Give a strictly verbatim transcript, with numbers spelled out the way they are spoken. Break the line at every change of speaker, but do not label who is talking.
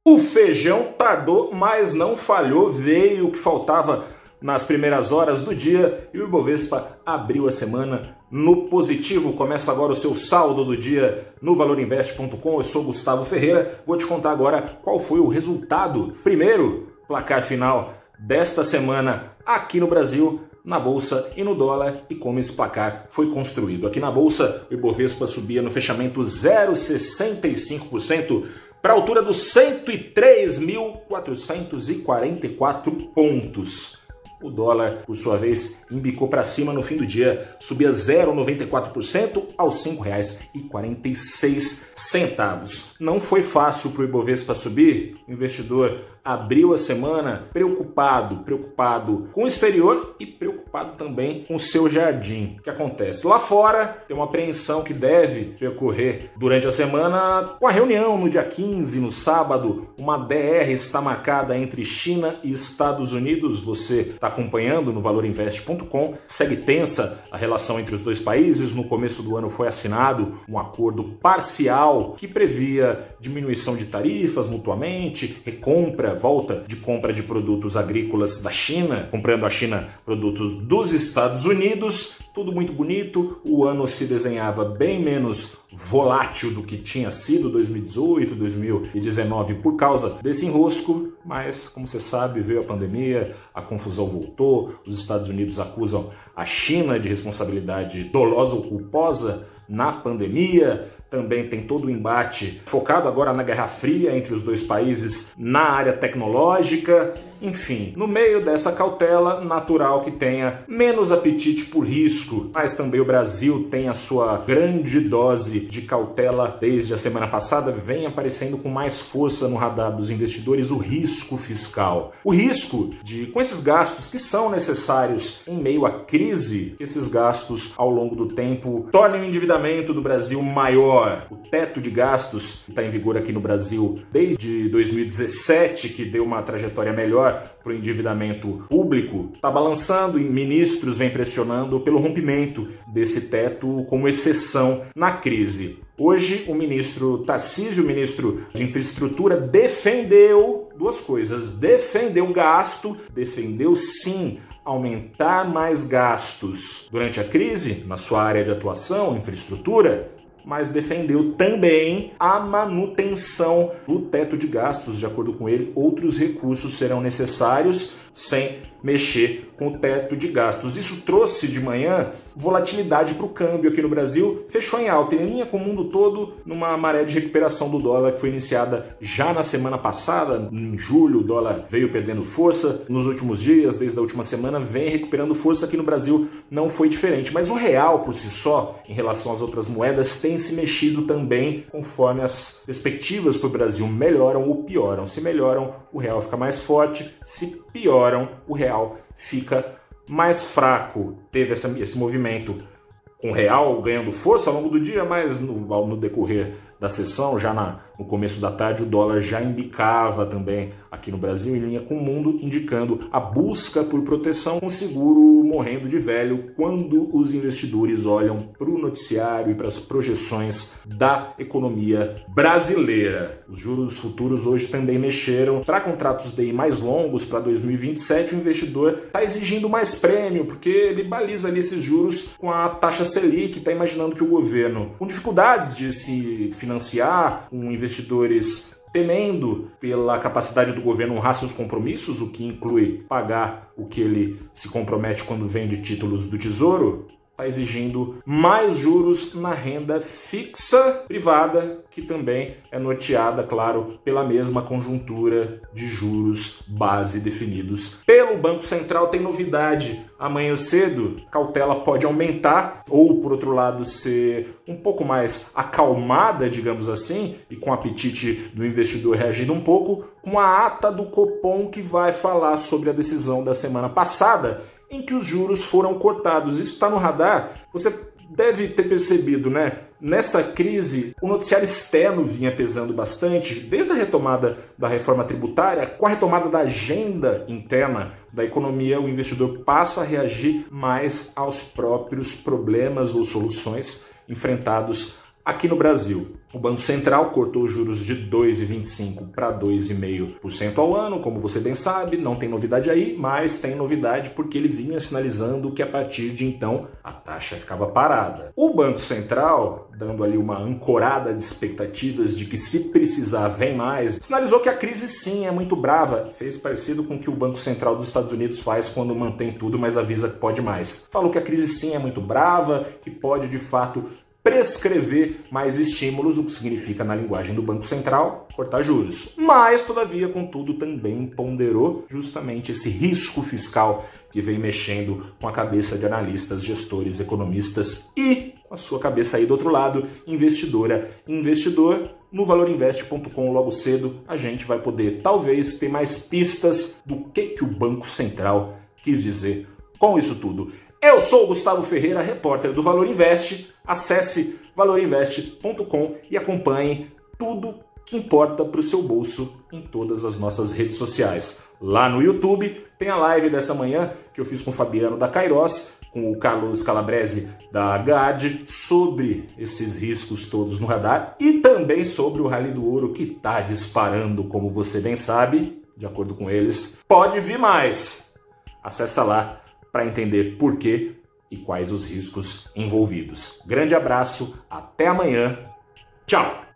O feijão tardou, mas não falhou, veio o que faltava nas primeiras horas do dia e o Ibovespa abriu a semana no positivo. Começa agora o seu saldo do dia no valor invest ponto com. Eu sou Gustavo Ferreira, vou te contar agora qual foi o resultado. Primeiro, placar final desta semana aqui no Brasil, na Bolsa e no dólar, e como esse placar foi construído. Aqui na Bolsa, o Ibovespa subia no fechamento zero vírgula sessenta e cinco por cento, para a altura dos cento e três mil quatrocentos e quarenta e quatro pontos. O dólar, por sua vez, embicou para cima no fim do dia, subia zero vírgula noventa e quatro por cento aos cinco reais e quarenta e seis centavos. Não foi fácil para o Ibovespa subir. O investidor abriu a semana preocupado, preocupado com o exterior e preocupado também com o seu jardim. O que acontece? Lá fora tem uma apreensão que deve percorrer durante a semana com a reunião no dia quinze, no sábado. Uma D R está marcada entre China e Estados Unidos. Você está acompanhando no valor invest ponto com. Segue tensa a relação entre os dois países. No começo do ano foi assinado um acordo parcial que previa diminuição de tarifas mutuamente, recompra, volta de compra de produtos agrícolas da China, comprando a China produtos dos Estados Unidos, tudo muito bonito. O ano se desenhava bem menos volátil do que tinha sido dois mil e dezoito, dois mil e dezenove por causa desse enrosco, mas como você sabe, veio a pandemia, a confusão voltou, os Estados Unidos acusam a China de responsabilidade dolosa ou culposa na pandemia. Também tem todo o embate focado agora na Guerra Fria entre os dois países na área tecnológica. Enfim, no meio dessa cautela, natural que tenha menos apetite por risco, mas também o Brasil tem a sua grande dose de cautela. Desde a semana passada vem aparecendo com mais força no radar dos investidores o risco fiscal. O risco de, com esses gastos que são necessários em meio à crise, que esses gastos ao longo do tempo tornem o endividamento do Brasil maior. O teto de gastos que está em vigor aqui no Brasil desde dois mil e dezessete, que deu uma trajetória melhor para o endividamento público, está balançando e ministros vêm pressionando pelo rompimento desse teto como exceção na crise. Hoje, o ministro Tarcísio, o ministro de Infraestrutura, defendeu duas coisas. Defendeu gasto, defendeu sim aumentar mais gastos durante a crise na sua área de atuação, infraestrutura, mas defendeu também a manutenção do teto de gastos. De acordo com ele, outros recursos serão necessários sem mexer com o teto de gastos. Isso trouxe de manhã volatilidade para o câmbio aqui no Brasil, fechou em alta, em linha com o mundo todo, numa maré de recuperação do dólar que foi iniciada já na semana passada. Em julho, o dólar veio perdendo força. Nos últimos dias, desde a última semana, vem recuperando força. Aqui no Brasil não foi diferente, mas o real por si só, em relação às outras moedas, tem se mexido também conforme as perspectivas para o Brasil melhoram ou pioram. Se melhoram, o real fica mais forte. Se pioram, o real fica mais fraco. Teve essa, esse movimento com o real ganhando força ao longo do dia, mas no, no decorrer da sessão, já na, no começo da tarde, o dólar já embicava também aqui no Brasil, em linha com o mundo, indicando a busca por proteção, com seguro morrendo de velho quando os investidores olham para o noticiário e para as projeções da economia brasileira. Os juros futuros hoje também mexeram. Para contratos D I mais longos, para dois mil e vinte e sete, o investidor está exigindo mais prêmio, porque ele baliza ali esses juros com a taxa Selic, está imaginando que o governo, com dificuldades de se financiar, com investidores temendo pela capacidade do governo honrar seus compromissos, o que inclui pagar o que ele se compromete quando vende títulos do Tesouro, está exigindo mais juros na renda fixa privada, que também é norteada, claro, pela mesma conjuntura de juros base definidos pelo Banco Central. Tem novidade. Amanhã cedo, cautela pode aumentar ou, por outro lado, ser um pouco mais acalmada, digamos assim, e com o apetite do investidor reagindo um pouco, com a ata do Copom, que vai falar sobre a decisão da semana passada, em que os juros foram cortados. Isso está no radar. Você deve ter percebido, né? Nessa crise, o noticiário externo vinha pesando bastante, desde a retomada da reforma tributária, com a retomada da agenda interna da economia, o investidor passa a reagir mais aos próprios problemas ou soluções enfrentados aqui no Brasil. O Banco Central cortou os juros de dois vírgula vinte e cinco para dois vírgula cinco por cento ao ano, como você bem sabe, não tem novidade aí, mas tem novidade porque ele vinha sinalizando que a partir de então a taxa ficava parada. O Banco Central, dando ali uma ancorada de expectativas de que se precisar vem mais, sinalizou que a crise sim é muito brava, fez parecido com o que o Banco Central dos Estados Unidos faz quando mantém tudo, mas avisa que pode mais. Falou que a crise sim é muito brava, que pode de fato prescrever mais estímulos, o que significa, na linguagem do Banco Central, cortar juros. Mas, todavia, contudo, também ponderou justamente esse risco fiscal que vem mexendo com a cabeça de analistas, gestores, economistas e, com a sua cabeça aí do outro lado, investidora, investidor. No valor invest ponto com, logo cedo, a gente vai poder, talvez, ter mais pistas do que, que o Banco Central quis dizer com isso tudo. Eu sou o Gustavo Ferreira, repórter do Valor Invest. Acesse valor invest ponto com e acompanhe tudo que importa para o seu bolso em todas as nossas redes sociais. Lá no YouTube tem a live dessa manhã que eu fiz com o Fabiano da Kairos, com o Carlos Calabrese da G A D, sobre esses riscos todos no radar e também sobre o Rally do Ouro que está disparando, como você bem sabe, de acordo com eles. Pode vir mais. Acessa lá para entender por quê e quais os riscos envolvidos. Grande abraço, até amanhã, tchau!